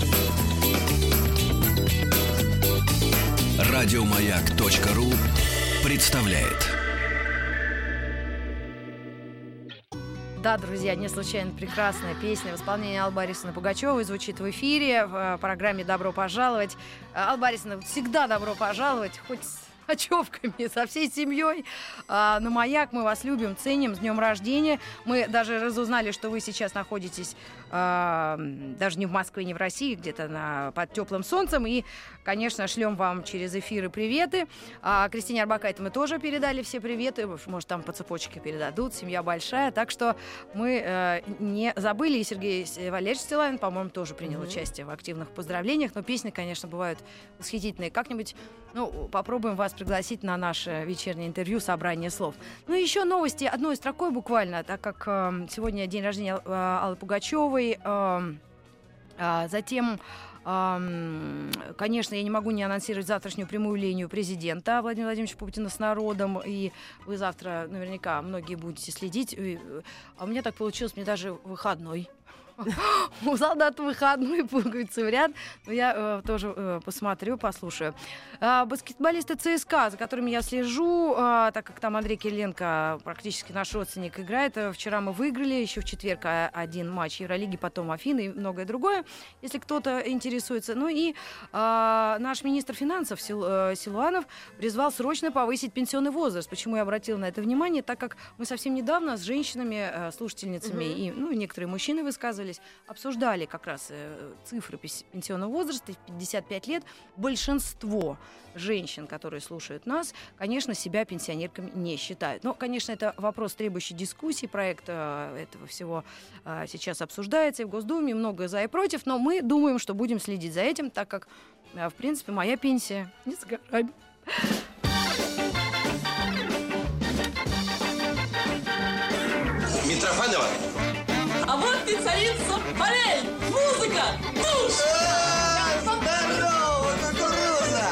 Радиомаяк.ру представляет. Да, друзья, не случайно прекрасная песня в исполнении Аллы Борисовны Пугачевой звучит в эфире в программе «Добро пожаловать». Алла Борисовна, всегда добро пожаловать, хоть с ночевками, со всей семьей на «Маяк». Мы вас любим, ценим. С днем рождения. Мы даже разузнали, что вы сейчас находитесь даже не в Москве, не в России, где-то под теплым солнцем. И, конечно, шлем вам через эфиры приветы. Кристине Орбакайте мы тоже передали все приветы. Может, там по цепочке передадут. Семья большая. Так что мы не забыли. И Сергей Валерьевич Стилавин, по-моему, тоже принял участие в активных поздравлениях. Но песни, конечно, бывают восхитительные. Как-нибудь, попробуем вас пригласить на наше вечернее интервью «Собрание слов». Ну и еще новости одной строкой буквально, так как сегодня день рождения Аллы Пугачевой. Затем, конечно, я не могу не анонсировать завтрашнюю прямую линию президента Владимира Владимировича Путина с народом. И вы завтра наверняка многие будете следить. А у меня так получилось, мне даже выходной. У солдат выходной, пуговицы в ряд. Но я тоже посмотрю, послушаю. Баскетболисты ЦСКА, за которыми я слежу, так как там Андрей Кириленко, практически наш родственник, играет. Вчера мы выиграли, еще в четверг один матч Евролиги, потом Афины и многое другое, если кто-то интересуется. Ну и наш министр финансов Силуанов призвал срочно повысить пенсионный возраст. Почему я обратила на это внимание? Так как мы совсем недавно с женщинами, слушательницами и некоторые мужчины высказывали, обсуждали как раз цифры пенсионного возраста. В 55 лет большинство женщин, которые слушают нас, конечно, себя пенсионерками не считают. Но, конечно, это вопрос, требующий дискуссии. Проект этого всего сейчас обсуждается и в Госдуме, много за и против. Но мы думаем, что будем следить за этим, так как, в принципе, моя пенсия не за горами. Митрофанова. А вот и царица полей! Музыка! Душ! Здорово, кукуруза!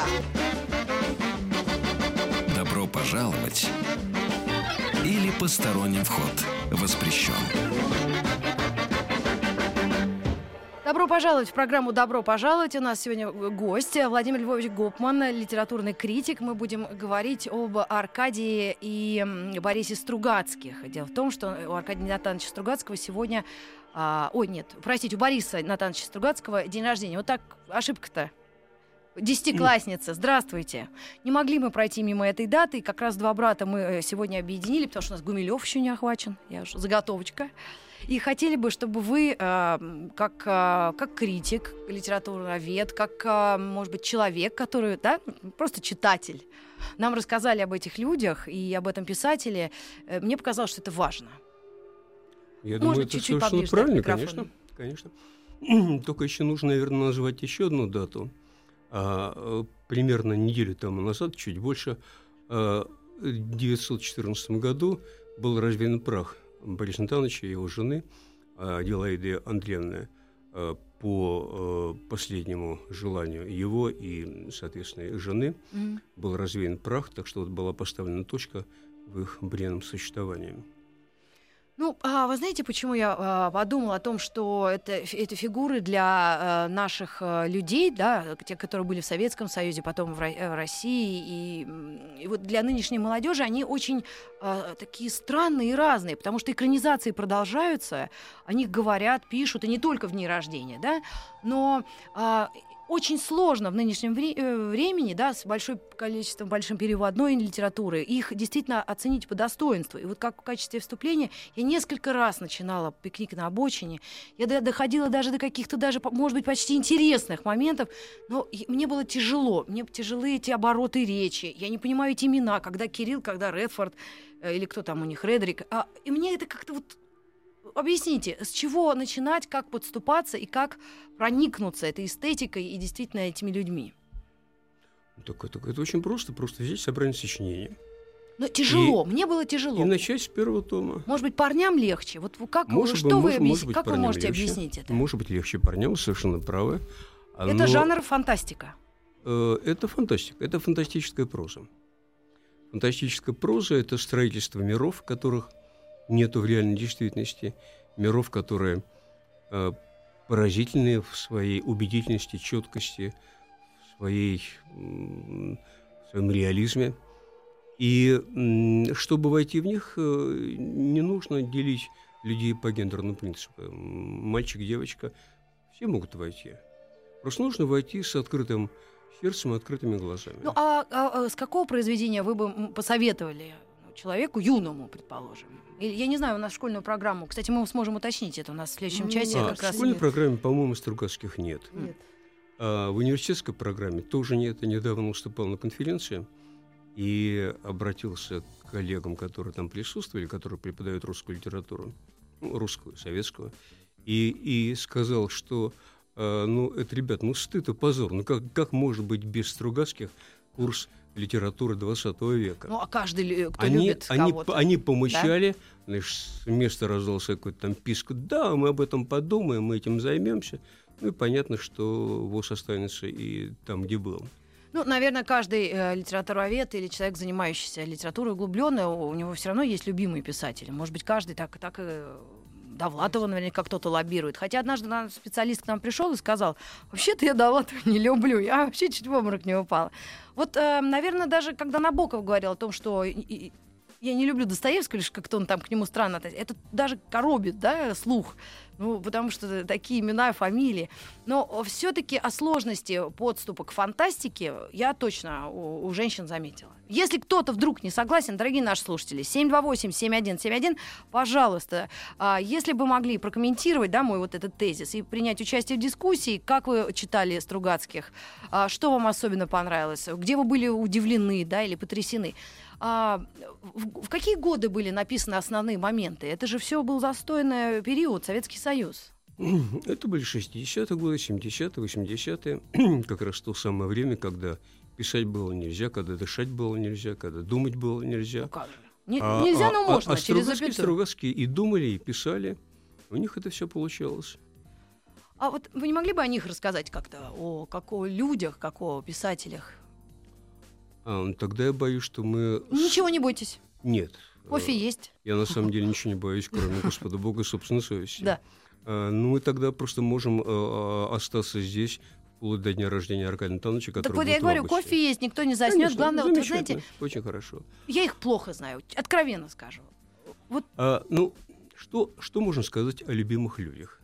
Добро пожаловать или посторонним вход воспрещен. Добро пожаловать в программу «Добро пожаловать». У нас сегодня гость Владимир Львович Гопман, литературный критик. Мы будем говорить об Аркадии и Борисе Стругацких. Дело в том, что у Аркадия Натановича Стругацкого сегодня... у Бориса Натановича Стругацкого день рождения. Вот так ошибка-то. Десятиклассница, здравствуйте. Не могли мы пройти мимо этой даты, и как раз два брата мы сегодня объединили, потому что у нас Гумилев еще не охвачен, я уже заготовочка. И хотели бы, чтобы вы, как критик, литературовед, как, может быть, человек, который, просто читатель, нам рассказали об этих людях и об этом писателе. Мне показалось, что это важно. Я Можно думаю, это чуть-чуть совершенно правильно, конечно. Только еще нужно, наверное, назвать еще одну дату. Примерно неделю тому назад, чуть больше, в 1914 году был развеян прах Бориса Натановича и его жены Аделаиды Андреевны по последнему желанию его и, соответственно, их жены. Был развеян прах, так что вот была поставлена точка в их бренном существовании. Вы знаете, почему я подумала о том, что это фигуры для наших людей, те, которые были в Советском Союзе, потом в России, и вот для нынешней молодежи они очень такие странные и разные, потому что экранизации продолжаются, о них говорят, пишут, и не только в дни рождения, но... Очень сложно в нынешнем времени, с большим количеством, большим переводной литературы, их действительно оценить по достоинству. И вот как в качестве вступления я несколько раз начинала «Пикник на обочине», я доходила даже до каких-то, может быть, почти интересных моментов, но мне было тяжело, мне тяжелы эти обороты речи, я не понимаю эти имена, когда Кирилл, когда Редфорд, или кто там у них, Редрик, и мне это как-то вот... Объясните, с чего начинать, как подступаться и как проникнуться этой эстетикой и действительно этими людьми? Это очень просто взять собрание сочинений. Но тяжело, мне было тяжело. И начать с первого тома. Может быть, парням легче? Вот как вы можете объяснить это? Может быть, легче парням, совершенно правы. Это жанр фантастика. Это фантастика, это фантастическая проза. Фантастическая проза — это строительство миров, которых нету в реальной действительности, миров, которые поразительные в своей убедительности, четкости, в своем реализме. И чтобы войти в них, не нужно делить людей по гендерному принципу. Мальчик, девочка, все могут войти. Просто нужно войти с открытым сердцем и открытыми глазами. Ну, а с какого произведения вы бы посоветовали человеку, юному, предположим? Или, я не знаю, у нас школьную программу. Кстати, мы сможем уточнить это у нас в следующем часе. В школьной программе, по-моему, Стругацких нет. Нет. А в университетской программе тоже нет. Я недавно выступал на конференции и обратился к коллегам, которые там присутствовали, которые преподают русскую литературу, русскую, советскую, и сказал, что это, ребят, стыд и позор. Как может быть без Стругацких курс литературы 20 века? Ну, а каждый, кто любит кого-то. Они помычали, да? Значит, с места раздался какой-то там писк. Да, мы об этом подумаем, мы этим займемся. Ну и понятно, что ВОС останется и там, где был. Ну, наверное, каждый литературовед или человек, занимающийся литературой углубленно, у него все равно есть любимые писатели. Может быть, каждый так и Довлатова наверняка кто-то лоббирует. Хотя однажды специалист к нам пришел и сказал: вообще-то я Довлатова не люблю, я вообще чуть в обморок не упала. Вот, наверное, даже когда Набоков говорил о том, что я не люблю Достоевского, лишь как-то он там к нему странно относится, это даже коробит, да, слух. Ну, потому что такие имена, фамилии. Но все-таки о сложности подступа к фантастике я точно у женщин заметила. Если кто-то вдруг не согласен, дорогие наши слушатели, 728-7171, пожалуйста, если бы могли прокомментировать, да, мой вот этот тезис и принять участие в дискуссии, как вы читали Стругацких, что вам особенно понравилось, где вы были удивлены, да, или потрясены. В какие годы были написаны основные моменты? Это же все был застойный период, Советский Союз. Это были 60-е годы, 70-е, 80-е. Как раз то самое время, когда писать было нельзя, когда дышать было нельзя, когда думать было нельзя. Ну как же? Нельзя, но можно, через запятую. Стругацкие и думали, и писали. У них это все получалось. А вот вы не могли бы о них рассказать как-то? О людях, как о писателях? Тогда я боюсь, что мы... Ничего не бойтесь. Нет. Кофе есть. Я на самом деле ничего не боюсь, кроме Господа Бога и собственной совести. Да. Мы тогда просто можем остаться здесь вплоть до дня рождения Аркадия Натановича, который так вот я говорю, кофе есть, никто не заснет. Конечно, главное, вот вы знаете... Очень хорошо. Я их плохо знаю, откровенно скажу. Вот. Что можно сказать о любимых людях?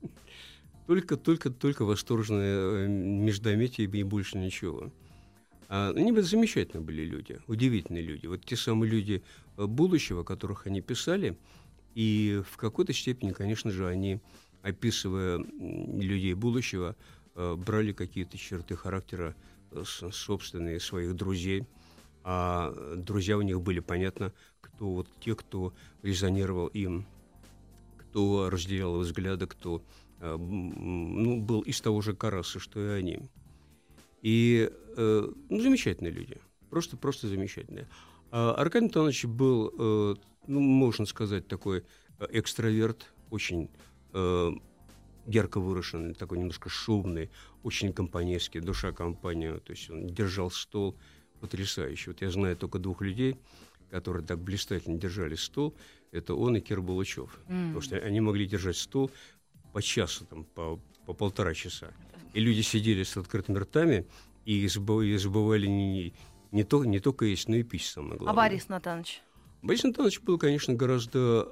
Только восторженное междометие и больше ничего. Они замечательные были люди, удивительные люди. Вот те самые люди будущего, о которых они писали, и в какой-то степени, конечно же, они, описывая людей будущего, брали какие-то черты характера собственные, своих друзей. А друзья у них были, понятно, кто резонировал им, кто разделял взгляды, кто был из того же Караса, что и они. И замечательные люди, просто замечательные. Аркадий Натанович был, можно сказать, такой экстраверт, очень ярко выраженный, такой немножко шумный, очень компанейский, душа компании. То есть он держал стол потрясающе. Вот я знаю только двух людей, которые так блистательно держали стол. Это он и Кир Булычев. Потому что они могли держать стол по часу, по полтора часа. И люди сидели с открытыми ртами и забывали не только есть, но и пить, самое главное. А Борис Натанович? Борис Натанович был, конечно, гораздо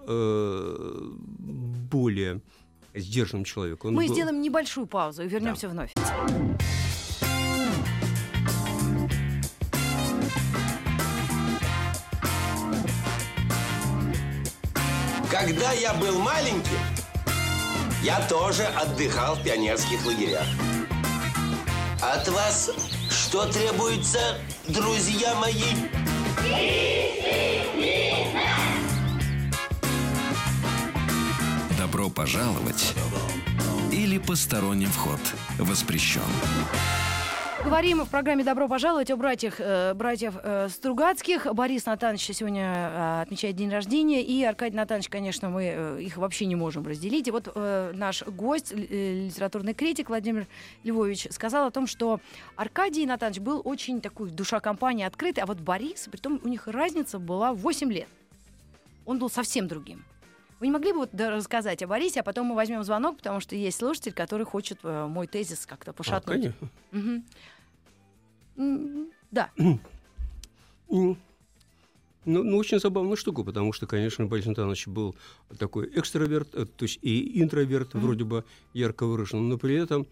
более сдержанным человеком. Мы сделаем небольшую паузу и вернемся вновь. Когда я был маленьким, я тоже отдыхал в пионерских лагерях. От вас что требуется, друзья мои? Добро пожаловать или посторонним вход воспрещен. Говорим в программе «Добро пожаловать» о братьев Стругацких. Борис Натанович сегодня отмечает день рождения, и Аркадий Натанович, конечно, мы их вообще не можем разделить. И вот наш гость, литературный критик Владимир Львович, сказал о том, что Аркадий Натанович был очень такой душа компании, открытый, а вот Борис, притом у них разница была в 8 лет. Он был совсем другим. Вы не могли бы рассказать о Борисе, а потом мы возьмем звонок, потому что есть слушатель, который хочет мой тезис как-то пошатнуть. Да. Ну, очень забавная штука, потому что, конечно, Борис Антонович был такой экстраверт, то есть и интроверт, вроде бы ярко выраженный, но при этом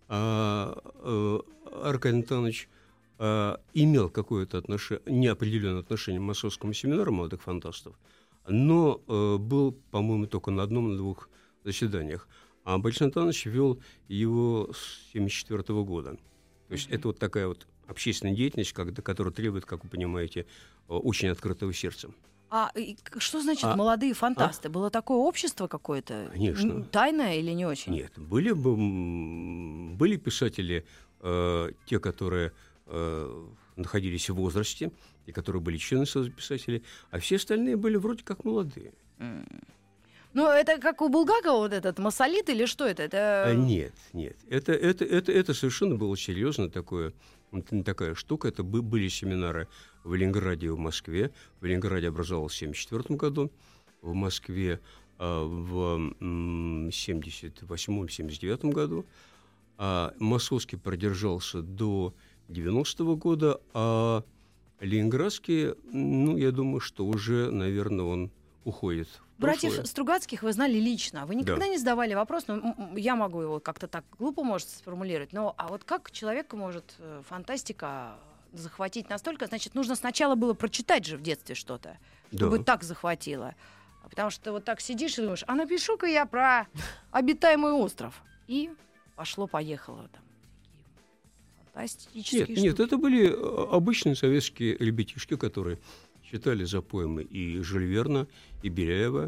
Аркадий Антонович имел какое-то неопределенное отношение к московскому семинару молодых фантастов, но был, по-моему, только на одном, на двух заседаниях. А Борис Антонович вел его с 1974 года. То есть это вот такая вот общественная деятельность, которая требует, как вы понимаете, очень открытого сердца. А что значит молодые фантасты? Было такое общество какое-то? Конечно. Тайное или не очень? Нет. Были писатели, те, которые находились в возрасте, и которые были членами Союза писателей, а все остальные были вроде как молодые. Ну, это как у Булгакова вот этот массолит или что это? Нет. Это совершенно было серьезно такая штука. Это были семинары в Ленинграде и в Москве. В Ленинграде образовался в 1974 году, в Москве в 1978-1979 году. Московский продержался до 90-го года, а Ленинградский, я думаю, что уже, наверное, он уходит. Братьев Стругацких вы знали лично. Вы никогда не задавали вопрос, я могу его как-то так глупо, может, сформулировать, но а вот как человека может фантастика захватить настолько? Значит, нужно сначала было прочитать же в детстве что-то, чтобы так захватило. Потому что вот так сидишь и думаешь, а напишу-ка я про обитаемый остров. И пошло-поехало там. Фантастические штуки. Нет, это были обычные советские ребятишки, которые читали за поэмы и Жюль Верна, и Беляева,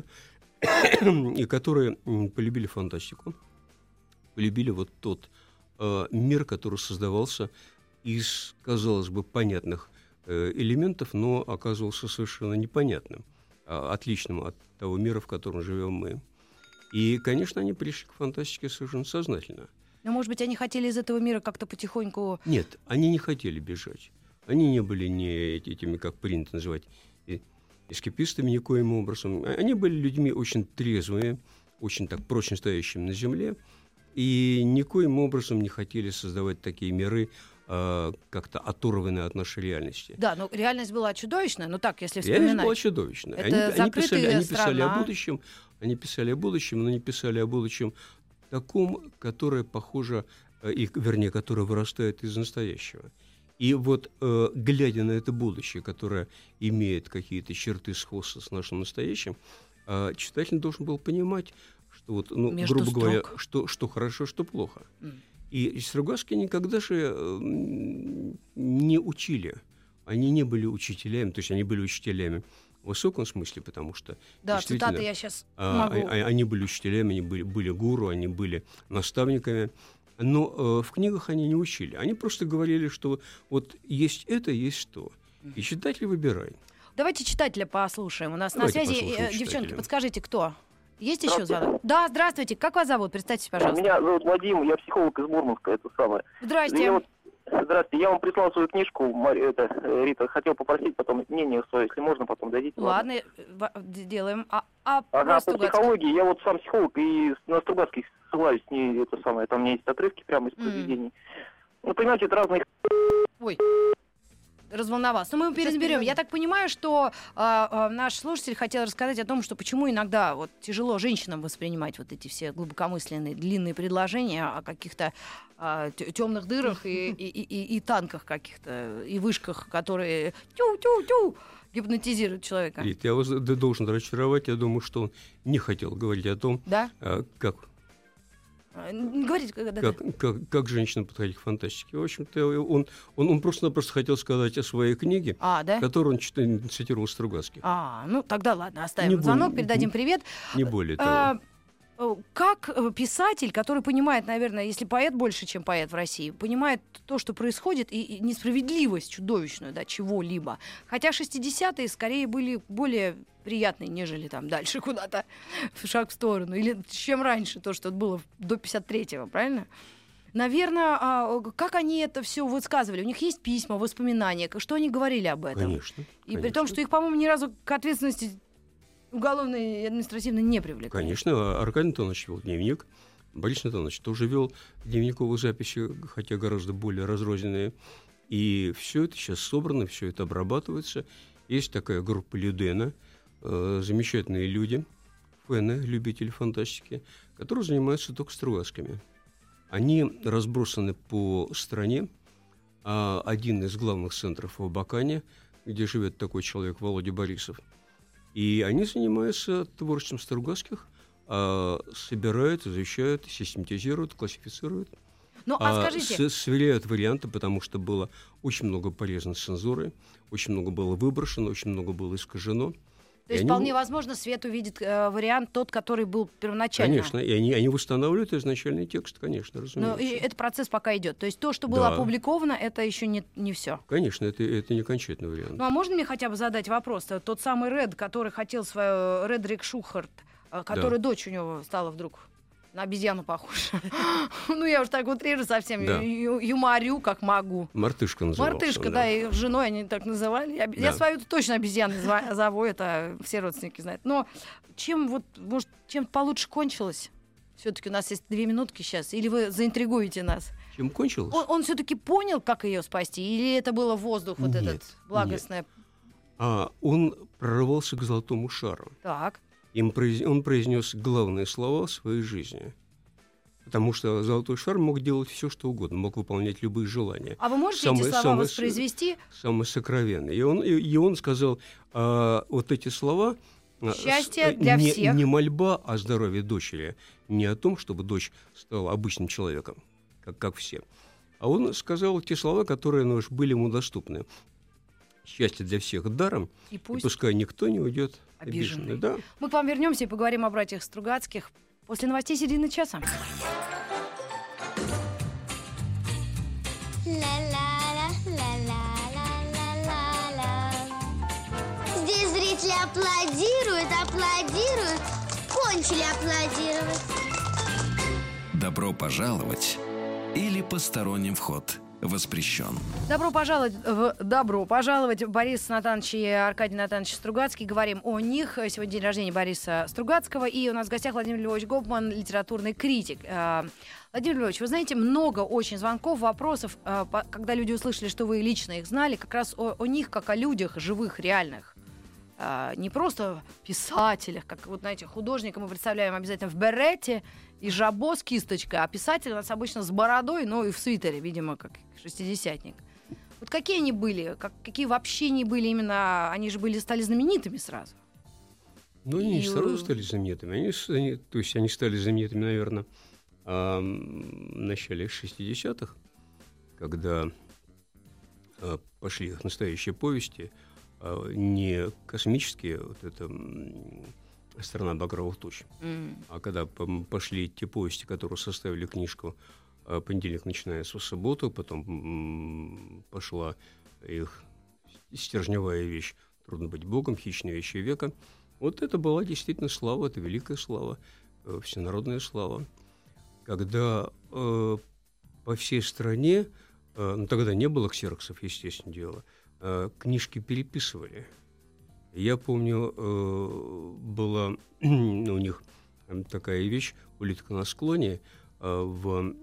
и которые полюбили фантастику, полюбили вот тот мир, который создавался из, казалось бы, понятных элементов, но оказывался совершенно непонятным, отличным от того мира, в котором живем мы. И, конечно, они пришли к фантастике совершенно сознательно. Но, может быть, они хотели из этого мира как-то потихоньку... Нет, они не хотели бежать. Они не были этими, как принято называть, эскапистами никоим образом. Они были людьми очень трезвыми, очень так прочно стоящими на земле, и никоим образом не хотели создавать такие миры, как-то оторванные от нашей реальности. Да, но реальность была чудовищная, но так, если вспоминать... Реальность была чудовищная. Они писали о будущем, но не писали о будущем таком, которое похоже, которое вырастает из настоящего. И вот, глядя на это будущее, которое имеет какие-то черты сходства с нашим настоящим, читатель должен был понимать, что, грубо говоря, что хорошо, что плохо. И Стругацкие никогда же не учили. Они не были учителями, то есть они были учителями в высоком смысле, потому что... Да, цитаты я сейчас могу. Они были учителями, они были гуру, они были наставниками. Но в книгах они не учили. Они просто говорили, что вот есть это, есть что. И читатель выбирай. Давайте читателя послушаем. У нас на связи, девчонки, подскажите, кто? Есть еще звонок? Да, здравствуйте. Как вас зовут? Представьтесь, пожалуйста. Меня зовут Вадим, я психолог из Мурманска, это самое. Здрасте. Здравствуйте, я вам прислал свою книжку, Рита, хотел попросить потом мнение свое, если можно, потом дадите. Ладно, делаем. По психологии, я вот сам психолог, и на Стругацких ссылаюсь, там у меня есть отрывки прямо из произведений. Понимаете, это разные... Ой, разволновался. Но мы переберем. Я так понимаю, что наш слушатель хотел рассказать о том, что почему иногда вот тяжело женщинам воспринимать вот эти все глубокомысленные длинные предложения о каких-то темных дырах и танках каких-то, и вышках, которые тю-тю-тю гипнотизируют человека. Рит, я вас должен разочаровать. Я думаю, что он не хотел говорить о том, как... Говорите, как женщина подходит к фантастике. В общем-то, он просто-напросто хотел сказать о своей книге, которую он цитировал Стругацких. Тогда ладно, оставим звонок, передадим привет. Не более того. Как писатель, который понимает, наверное, если поэт больше, чем поэт в России, понимает то, что происходит, и несправедливость чудовищную, чего-либо. Хотя 60-е скорее были более приятные, нежели там дальше куда-то шаг в сторону. Или чем раньше, то, что было до 53-го, правильно? Наверное, как они это все высказывали? У них есть письма, воспоминания, что они говорили об этом? Конечно. И при том, что их, по-моему, ни разу к ответственности уголовно и административно не привлекают. Конечно, Аркадий Антонович вел дневник, Борис Антонович тоже вел дневниковые записи, хотя гораздо более разрозненные. И все это сейчас собрано, все это обрабатывается. Есть такая группа Людена, замечательные люди, фэны, любители фантастики, которые занимаются только Стругацкими. Они разбросаны по стране. Один из главных центров в Абакане, где живет такой человек Володя Борисов. И они занимаются творчеством Стругацких, собирают, изучают, систематизируют, классифицируют. Ну, скажите... Сверяют варианты, потому что было очень много полезной цензуры, очень много было выброшено, очень много было искажено. То есть вполне возможно, Свет увидит вариант тот, который был первоначально. Конечно, и они восстанавливают изначальный текст, конечно, разумеется. Но и этот процесс пока идет. То есть то, что было опубликовано, это еще не все. Конечно, это не окончательный вариант. Ну, а можно мне хотя бы задать вопрос? Тот самый Ред, который хотел свою... Редрик Шухарт, который дочь у него стала вдруг... на обезьяну похож. Ну, я уж так утрирую совсем, юморю, как могу. Мартышка назывался. Мартышка, да, и женой они так называли. Я свою точно обезьяной зову, это все родственники знают. Но чем получше кончилось? Все-таки у нас есть 2 минутки сейчас. Или вы заинтригуете нас? Чем кончилось? Он все-таки понял, как ее спасти? Или это было воздух вот этот благостный? Он прорвался к золотому шару. Так. Он произнес главные слова в своей жизни. Потому что золотой шар мог делать все, что угодно, мог выполнять любые желания. А вы можете эти слова воспроизвести? Самые сокровенные. И он сказал вот эти слова... Счастье для всех. Не мольба о здоровье дочери, не о том, чтобы дочь стала обычным человеком, как все. А он сказал те слова, которые были ему доступны. Счастье для всех даром, и пускай никто не уйдет обиженный. Да. Мы к вам вернемся и поговорим о братьях Стругацких после новостей середины часа. Здесь зрители аплодируют, кончили аплодировать. Добро пожаловать или посторонним вход воспрещен. Добро пожаловать, Борис Натанович и Аркадий Натанович Стругацкий. Говорим о них. Сегодня день рождения Бориса Стругацкого. И у нас в гостях Владимир Львович Гопман, литературный критик. Владимир Львович, вы знаете, много очень звонков, вопросов, когда люди услышали, что вы лично их знали, как раз о них, как о людях живых, реальных. Не просто писателях, как, вот, знаете, художника мы представляем обязательно в берете и жабо с кисточкой, а писатель у нас обычно с бородой, но и в свитере, видимо, как шестидесятник. Вот какие они были, какие вообще не были именно, они же стали знаменитыми сразу. Ну, они не сразу стали знаменитыми, они стали знаменитыми, наверное, в начале 60-х, когда пошли их настоящие повести, не космические, вот это «Страна багровых туч», а когда пошли те повести, которые составили книжку «Понедельник начинается в субботу», потом пошла их стержневая вещь «Трудно быть Богом», «Хищные вещи века». Вот это была действительно слава, это великая слава, всенародная слава. Когда по всей стране, тогда не было ксероксов, естественно, дело, книжки переписывали. Я помню, была у них такая вещь «Улитка на склоне» в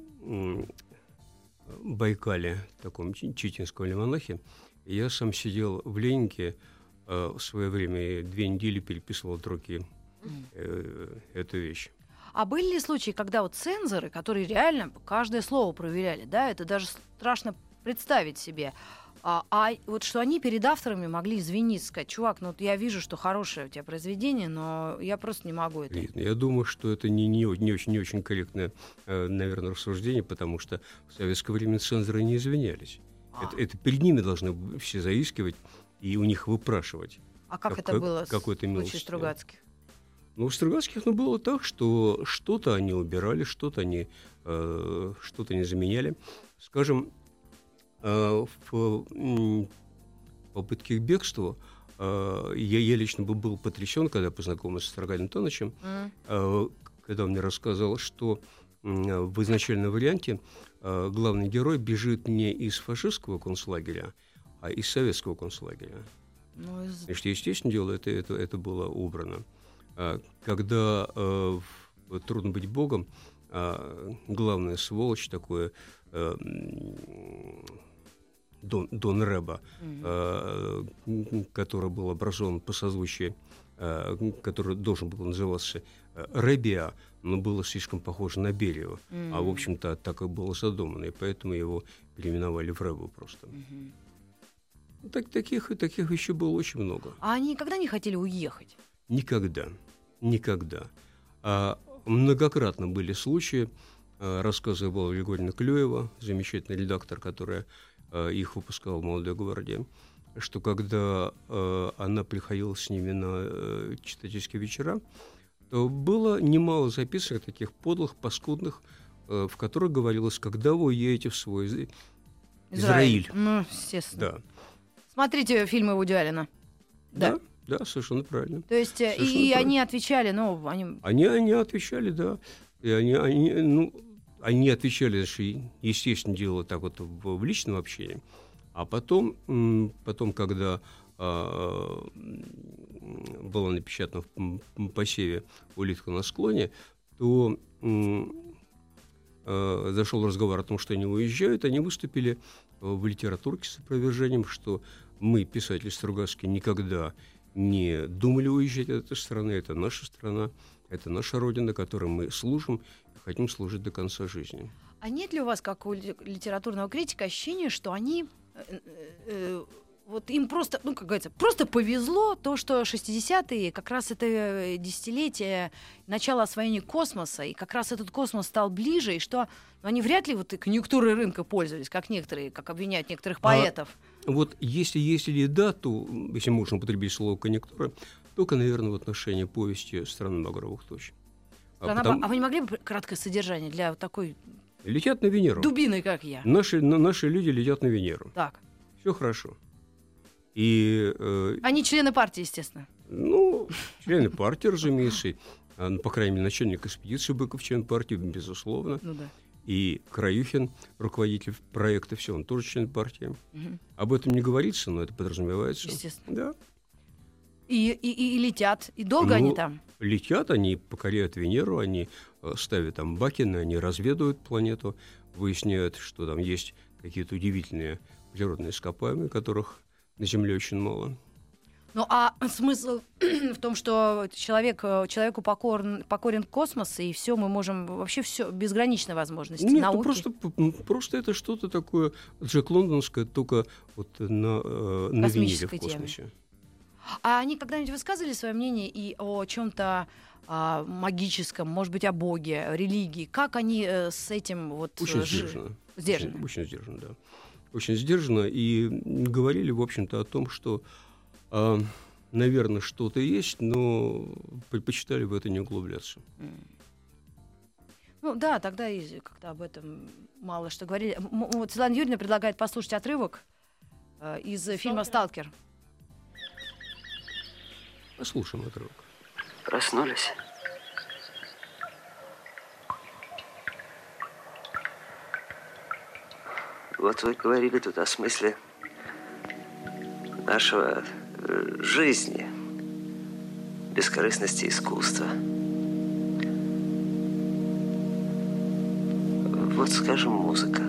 Байкале, таком читинском альманахе. Я сам сидел в Ленинке в свое время и 2 недели переписывал от руки эту вещь. А были ли случаи, когда вот цензоры, которые реально каждое слово проверяли, да, это даже страшно представить себе, вот что они перед авторами могли извиниться, сказать: чувак, ну вот я вижу, что хорошее у тебя произведение, но я просто не могу это. Я думаю, что это не очень корректное, наверное, рассуждение, потому что в советское время цензоры не извинялись. Это перед ними должны все заискивать и у них выпрашивать. А как это было в случае Стругацких? Ну, у Стругацких было так, что что-то они убирали, что-то они заменяли. Скажем, в попытке к бегству я лично был потрясен, когда познакомился с Аркадием Антоновичем, когда он мне рассказал, что в изначальном варианте главный герой бежит не из фашистского концлагеря, а из советского концлагеря. Значит, естественно, дело это было убрано. Когда «Трудно быть Богом», главная сволочь такое, Дон Рэба, который был образован по созвучию, который должен был называться Рэбиа, но было слишком похоже на Берию, а в общем-то так и было задумано, и поэтому его переименовали в Рэбу просто. Таких еще было очень много. А они никогда не хотели уехать? Никогда. Многократно были случаи, рассказывала Григорьевна Клюева, замечательный редактор, которая их выпускала в «Молодой гвардии», что когда она приходила с ними на читательские вечера, то было немало записок таких подлых, паскудных, в которых говорилось, когда вы уедете в свой Израиль. Ну, естественно. Да. Смотрите фильмы Вуди Аллена. Да, совершенно правильно. То есть они отвечали, ну, Они отвечали, да. И они отвечали, естественно, дело так вот в личном общении. А потом когда было напечатано в посеве «Улитка на склоне», то зашел разговор о том, что они уезжают. Они выступили в литературке с опровержением, что мы, писатели Стругацкие, никогда не думали уезжать от этой страны. Это наша страна, это наша родина, которой мы служим и хотим служить до конца жизни. А нет ли у вас, как у литературного критика, ощущения, что они... вот им просто, ну, как говорится, просто повезло то, что 60-е, как раз это десятилетие начала освоения космоса, и как раз этот космос стал ближе, и что они вряд ли вот конъюнктурой рынка пользовались, как некоторые, как обвиняют некоторых поэтов. Вот если да, то, если можно употребить слово конъюнктура, только, наверное, в отношении повести «Страна багровых туч». А вы не могли бы краткое содержание для вот такой... Летят на Венеру. Дубины, как я. Наши люди летят на Венеру. Так. Все хорошо. И, они члены партии, естественно. Ну, члены партии, разумеется. По крайней мере, начальник экспедиции Быков, член партии, безусловно. Ну да. И Краюхин, руководитель проекта, все, он тоже член партии. Угу. Об этом не говорится, но это подразумевается. Естественно. Да. И летят. И долго они там? Летят, они покоряют Венеру, они ставят там бакины, они разведывают планету, выясняют, что там есть какие-то удивительные природные ископаемые, которых на Земле очень мало. Ну, а смысл в том, что человеку покорен космос, и все, мы можем вообще все, безграничные возможности науки. Просто это что-то такое Джек Лондонское, только вот на Венере в космосе. Теме. А они когда-нибудь высказывали свое мнение и о чем-то магическом, может быть, о Боге, религии? Как они с этим вот... Очень сдержанно. Сдержанно. Очень сдержанно, да. Очень сдержанно. И говорили, в общем-то, о том, что, наверное, что-то есть, но предпочитали в это не углубляться. Ну да, тогда и как-то об этом мало что говорили. Вот Светлана Юрьевна предлагает послушать отрывок из фильма «Сталкер». Послушаем отрывок. Проснулись. Вот вы говорили тут о смысле нашего жизни, бескорыстности искусства. Вот, скажем, музыка.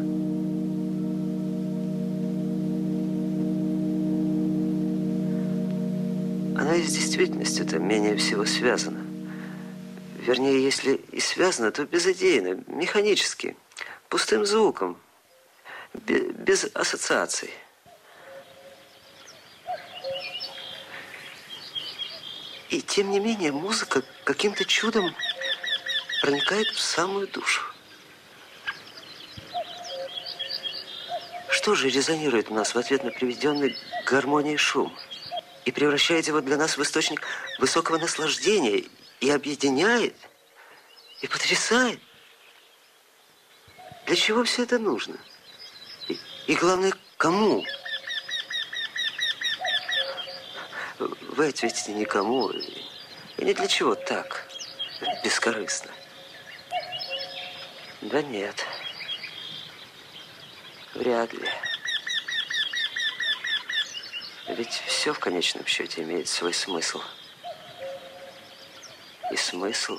Она и с действительностью-то менее всего связана. Вернее, если и связана, то безыдейно, механически, пустым звуком, без ассоциаций. И тем не менее музыка каким-то чудом проникает в самую душу. Что же резонирует у нас в ответ на приведенный к гармонии шум? И превращает его для нас в источник высокого наслаждения, и объединяет, и потрясает. Для чего все это нужно? И главное, кому? Вы ответите никому, и ни для чего так, бескорыстно. Да нет, вряд ли. Ведь все в конечном счете имеет свой смысл. и смысл,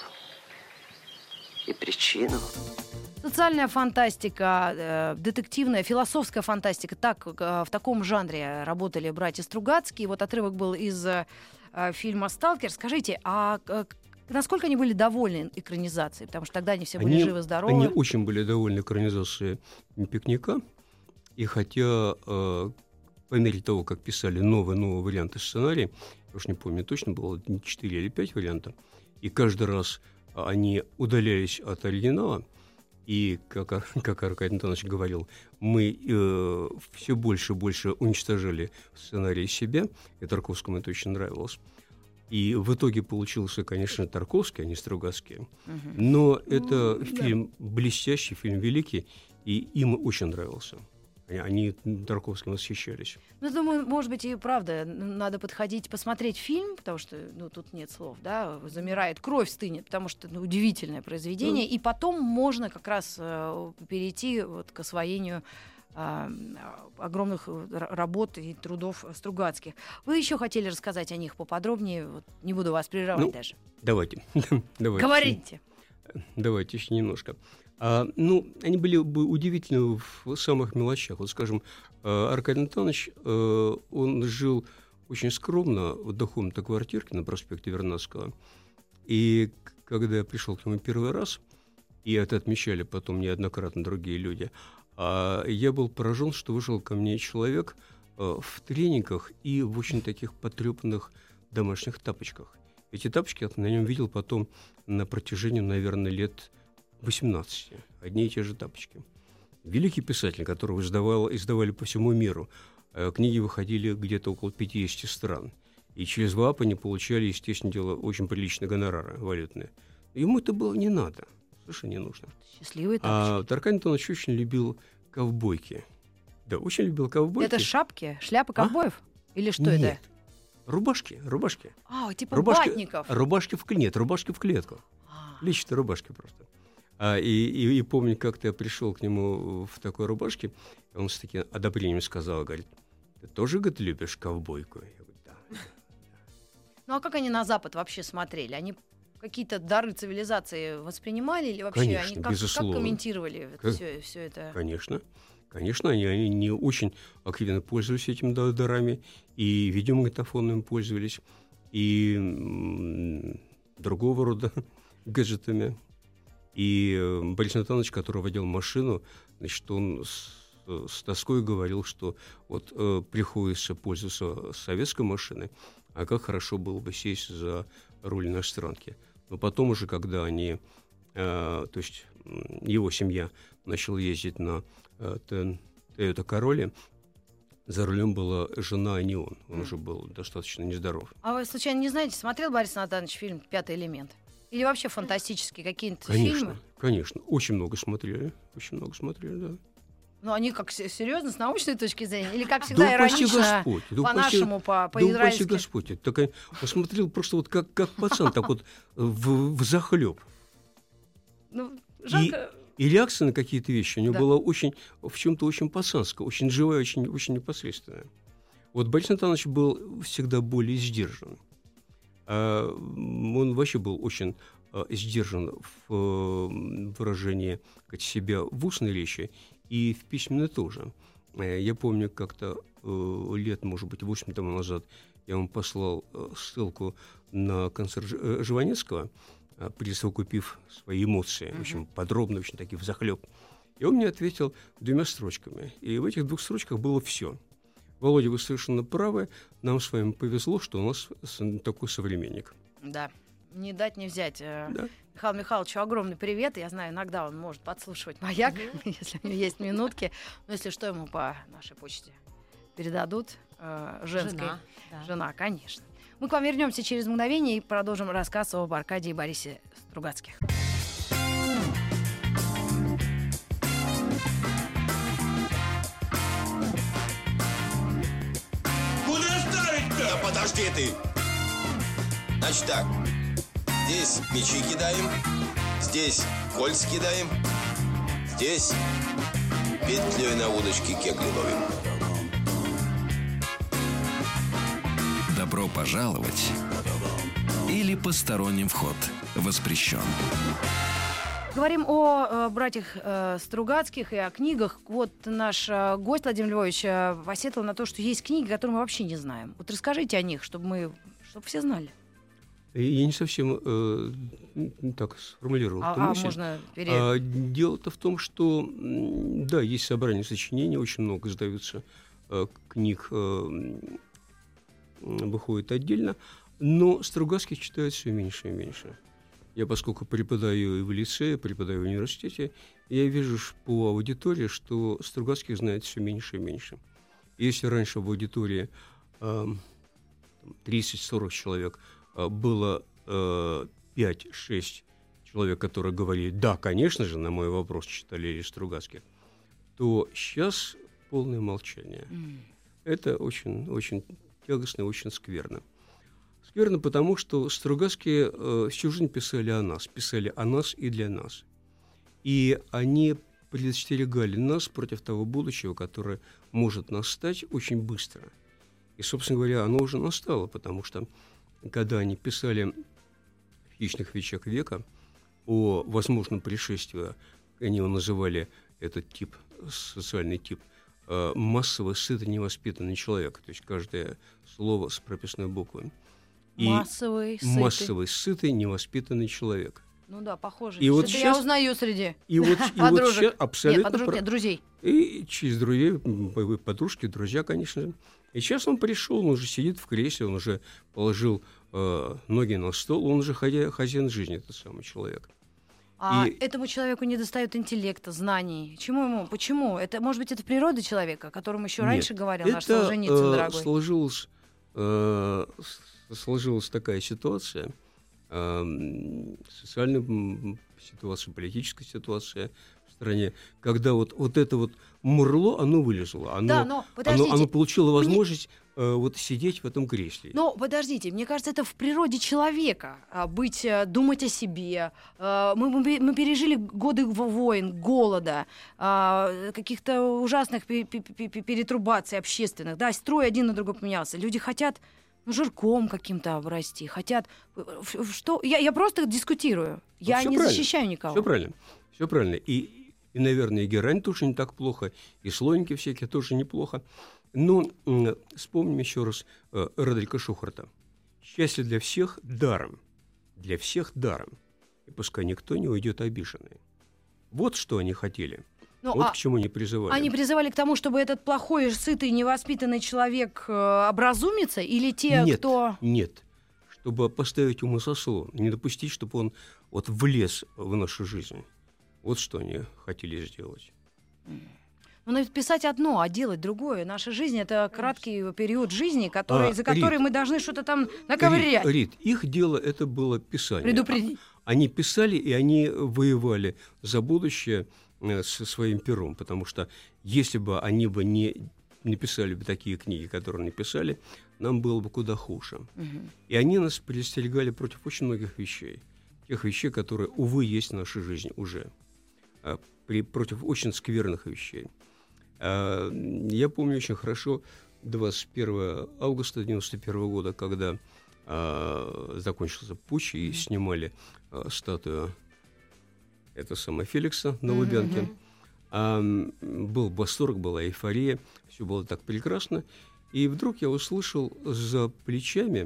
и причину. Социальная фантастика, детективная, философская фантастика. Так, в таком жанре работали братья Стругацкие. Вот отрывок был из фильма «Сталкер». Скажите, а насколько они были довольны экранизацией? Потому что тогда они все были живы-здоровы. Они очень были довольны экранизацией «Пикника». И хотя по мере того, как писали новые варианты сценария, я уж не помню точно, было 4 или 5 вариантов, и каждый раз они удалялись от оригинала, и, как Аркадий Антонович говорил, мы все больше и больше уничтожали в сценарии себя, и Тарковскому это очень нравилось. И в итоге получился, конечно, Тарковский, а не Стругацкие. Но это фильм блестящий, фильм великий, и им очень нравился. Они Тарковским восхищались. Ну, думаю, может быть, и правда, надо подходить, посмотреть фильм, потому что, тут нет слов, да, замирает, кровь стынет, потому что удивительное произведение, и потом можно как раз перейти вот к освоению огромных работ и трудов Стругацких. Вы еще хотели рассказать о них поподробнее? Вот, не буду вас прерывать даже. Давайте. Говорите. Давайте еще немножко. Они были бы удивительны в самых мелочах. Вот, скажем, Аркадий Антонович, он жил очень скромно в духовной квартирке на проспекте Вернадского. И когда я пришел к нему первый раз, и это отмечали потом неоднократно другие люди, я был поражен, что вышел ко мне человек в трениках и в очень таких потрепанных домашних тапочках. Эти тапочки я на нем видел потом на протяжении, наверное, лет 18. Одни и те же тапочки. Великий писатель, которого издавали по всему миру. Книги выходили где-то около 50 стран. И через ВАП они получали, естественно, дело, очень приличные гонорары валютные. Ему это было не надо. Совершенно не нужно. Счастливые тапочки. Аркадий Антонович очень любил ковбойки. Да, очень любил ковбойки. Это шапки? Шляпы ковбоев? Или что это? Нет. Рубашки. Типа батников. Рубашки в клетках. Личные рубашки просто. И помню, как-то я пришел к нему в такой рубашке, и он с таким одобрением сказал, говорит, ты тоже, говорит, любишь ковбойку? Я говорю, да. Ну а как они на Запад вообще смотрели? Они какие-то дары цивилизации воспринимали или вообще? Конечно, они как комментировали все это? Конечно, они не очень активно пользовались этими дарами, и видеомагнитофонами пользовались, и другого рода гаджетами. И Борис Натанович, который водил машину, значит, он с тоской говорил, что вот приходится пользоваться советской машиной, а как хорошо было бы сесть за руль иностранки. Но потом уже, когда они, то есть его семья начала ездить на Toyota Corolla, за рулем была жена, а не он. Он уже был достаточно нездоров. А вы, случайно, не знаете, смотрел Борис Натанович фильм «Пятый элемент»? Или вообще фантастические какие-то фильмы? Конечно. Очень много смотрели, да. Ну, они как серьезно, с научной точки зрения? Или, как всегда, иронично, по-нашему, по-израильски? Да упаси Господь. Так, он смотрел просто вот как пацан, так вот взахлеб. Ну, жалко... И реакция на какие-то вещи у него была очень, в чем-то очень пацанская, очень живая, очень, очень непосредственная. Вот Борис Натанович был всегда более сдержан. Он вообще был очень сдержан в выражении себя в устной речи и в письменной тоже. Я помню, как-то лет, может быть, 8 тому назад я ему послал ссылку на концерт Жванецкого, присовокупив свои эмоции, очень подробно, очень такие взахлеб. И он мне ответил 2 строчками. И в этих 2 строчках было все. Володя, вы совершенно правы. Нам с вами повезло, что у нас такой современник. Да, не дать не взять. Да. Михаилу Михайловичу огромный привет. Я знаю, иногда он может подслушивать «Маяк», если у него есть минутки. Но если что, ему по нашей почте передадут женской. Жена, конечно. Мы к вам вернемся через мгновение и продолжим рассказ об Аркадии и Борисе Стругацких. Да подожди ты! Значит так, здесь мячи кидаем, здесь кольца кидаем, здесь петлей на удочке кегли ловим. Добро пожаловать или посторонним вход воспрещен. Говорим о братьях Стругацких и о книгах. Вот наш гость Владимир Львович посетовал на то, что есть книги, которые мы вообще не знаем. Вот расскажите о них, чтобы все знали. Я не совсем так сформулировал. Можно дело-то в том, что да, есть собрание сочинений, очень много издаются книг, выходит отдельно, но Стругацких читают все меньше и меньше. Я, поскольку преподаю и в лицее, преподаю в университете, я вижу по аудитории, что Стругацких знает все меньше и меньше. Если раньше в аудитории 30-40 человек было 5-6 человек, которые говорили, да, конечно же, на мой вопрос читали ли Стругацких, то сейчас полное молчание. Это очень, очень тягостно, очень скверно. Скверно, потому что Стругацкие всю жизнь писали о нас и для нас. И они предостерегали нас против того будущего, которое может настать очень быстро. И, собственно говоря, оно уже настало, потому что когда они писали в «Хищных вещах века» о возможном пришествии, они его называли, этот тип, социальный тип, массово сытый, невоспитанный человек. То есть каждое слово с прописной буквой. Массовый, сытый, невоспитанный человек. Ну да, похоже. И вот сейчас... Я узнаю среди подружек. Абсолютно. Нет, подружек, нет, друзей. И через друзей, подружки, друзья, конечно же. И сейчас он пришел, он уже сидит в кресле, он уже положил ноги на стол, он уже хозяин жизни, этот самый человек. А этому человеку не достает интеллекта, знаний. Почему? Это, может быть, это природа человека, о котором еще раньше говорил наш Солженицын, дорогой? Сложилась такая ситуация, социальная ситуация, политическая ситуация в стране, когда вот это вот мурло, оно вылезло, оно получило возможность сидеть в этом кресле. Но подождите, мне кажется, это в природе человека думать о себе. Мы пережили годы войн, голода, каких-то ужасных перетрубаций общественных. Да, строй один на другой поменялся. Люди хотят жирком каким-то обрасти, хотят... Что? Я просто дискутирую. Я не защищаю никого. Все правильно. И, наверное, и герань тоже не так плохо, и слоники всякие тоже неплохо. Но вспомним еще раз Родерика Шухарта. «Счастье для всех даром. Для всех даром. И пускай никто не уйдет обиженный». Вот что они хотели. К чему они призывали. Они призывали к тому, чтобы этот плохой, сытый, невоспитанный человек образумится? Или те, кто... Нет. Чтобы поставить ему заслон, не допустить, чтобы он влез в нашу жизнь. Вот что они хотели сделать. Но писать одно, а делать другое. Наша жизнь — это краткий период жизни, за который мы должны что-то там наковырять. Рит, их дело это было писание. Предупредить. Они писали, и они воевали за будущее со своим пером, потому что если бы они не написали бы такие книги, которые написали, нам было бы куда хуже. И они нас предостерегали против очень многих вещей. Тех вещей, которые, увы, есть в нашей жизни уже. Против очень скверных вещей. Я помню очень хорошо 21 августа 1991 года, когда закончился путч и снимали статую Феликса на Лубянке. Был восторг, была эйфория, все было так прекрасно. И вдруг я услышал за плечом,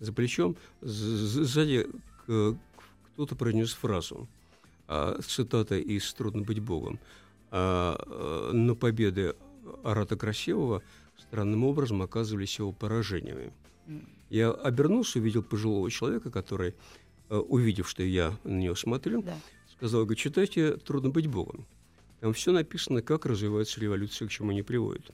сзади кто-то произнес фразу, цитата из «Трудно быть Богом». Но победы Арата Красивого странным образом оказывались его поражениями. Я обернулся, увидел пожилого человека, который, увидев, что я на него смотрю, сказал: говорит, читайте «Трудно быть Богом». Там все написано, как развивается революция, к чему они приводят.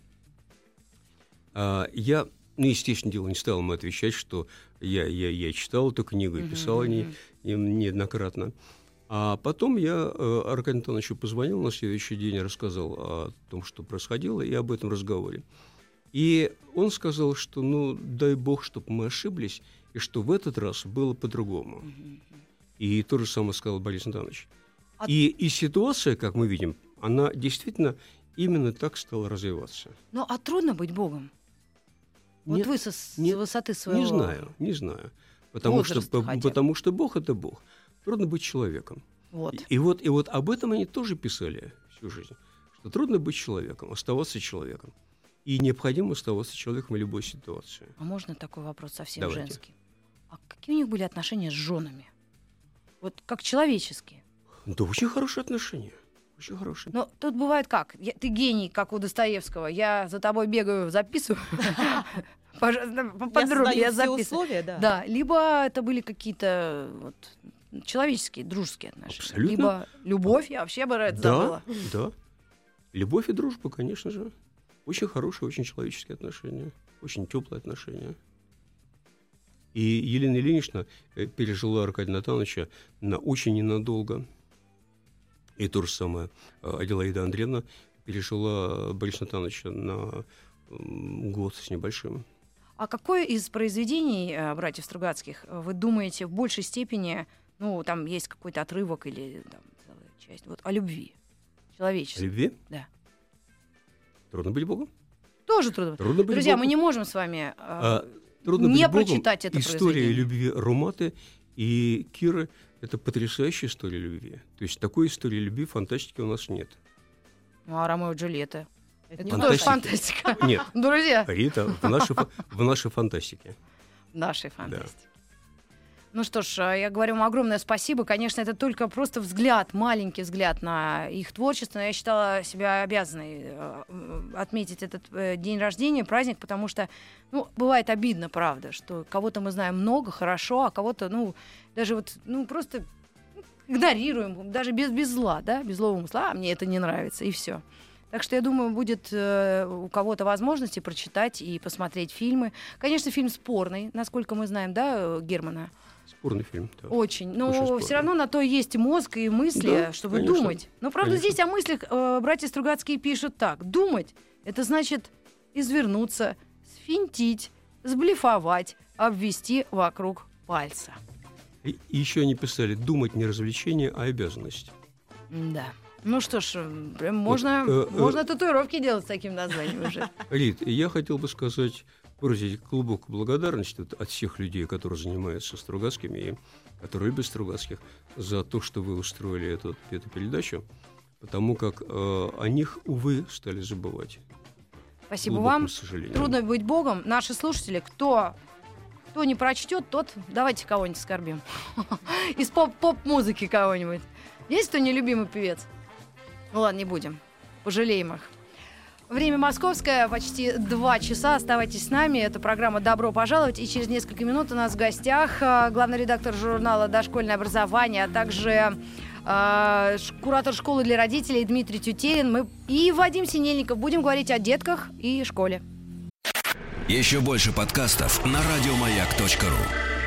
Я, естественно, дело не стал ему отвечать, что я читал эту книгу и писал о ней неоднократно. А потом я Аркадию Антоновичу позвонил на следующий день, рассказал о том, что происходило, и об этом разговоре. И он сказал, что, дай бог, чтобы мы ошиблись, и что в этот раз было по-другому. И то же самое сказал Борис Антонович. И ситуация, как мы видим, она действительно именно так стала развиваться. А трудно быть Богом? Нет, вы с высоты своего... Не знаю. Потому что Бог — это Бог. Трудно быть человеком. Вот. И вот об этом они тоже писали всю жизнь. Что трудно быть человеком, оставаться человеком. И необходимо оставаться человеком в любой ситуации. А можно такой вопрос совсем Давайте. женский? А какие у них были отношения с женами? Вот как человеческие. Да, очень хорошие отношения. Очень хорошие. Но тут бывает как? Ты гений, как у Достоевского. Я за тобой бегаю, записываю. Пожалуйста, поподробнее я записываю. Да, либо это были какие-то человеческие, дружеские отношения. Абсолютно. Либо любовь, я вообще бы это забыла. Да. Любовь и дружба, конечно же. Очень хорошие, очень человеческие отношения. Очень теплые отношения. И Елена Ильинична пережила Аркадия Натановича на очень ненадолго. И то же самое Аделаида Андреевна пережила Бориса Натановича на год с небольшим. А какое из произведений братьев Стругацких вы думаете в большей степени, там есть какой-то отрывок или там целая часть, о любви человеческой? О любви? Да. Трудно быть Богом? Тоже трудно. Друзья, мы не можем с вами не прочитать это произведение. История любви Руматы и Киры — это потрясающая история любви. То есть такой истории любви фантастики у нас нет. А Ромео и Джульетта? Это фантастика. тоже фантастика. Нет. Друзья. Рита, в нашей фантастике. В нашей фантастике. Да. Ну что ж, я говорю вам огромное спасибо. Конечно, это только просто маленький взгляд на их творчество. Но я считала себя обязанной отметить этот день рождения, праздник, потому что, бывает обидно, правда, что кого-то мы знаем много, хорошо, а кого-то, даже просто игнорируем, даже без зла, да, без злого умысла, мне это не нравится, и все. Так что, я думаю, будет у кого-то возможности прочитать и посмотреть фильмы. Конечно, фильм спорный, насколько мы знаем, да, Германа? Спорный фильм, да. Очень. Но все равно на то есть мозг и мысли, да, чтобы конечно, думать. Но, правда, конечно. Здесь о мыслях братья Стругацкие пишут так. Думать — это значит извернуться, сфинтить, сблефовать, обвести вокруг пальца. И еще они писали: думать не развлечение, а обязанность. Да. Ну что ж, можно татуировки делать с таким названием уже. Рит, я хотел бы выразить глубокую благодарность от всех людей, которые занимаются Стругацкими и которые любят Стругацких, за то, что вы устроили эту передачу, потому как о них, увы, стали забывать. Спасибо вам. Трудно быть Богом. Наши слушатели, кто не прочтет, тот давайте кого-нибудь оскорбим. Из поп-музыки кого-нибудь. Есть кто нелюбимый певец? Ну ладно, не будем. Пожалеем их. Время московское, почти 2 часа. Оставайтесь с нами. Это программа «Добро пожаловать». И через несколько минут у нас в гостях главный редактор журнала «Дошкольное образование», а также куратор школы для родителей Дмитрий Тютерин. И Вадим Синельников. Будем говорить о детках и школе. Еще больше подкастов на радиомаяк.ру.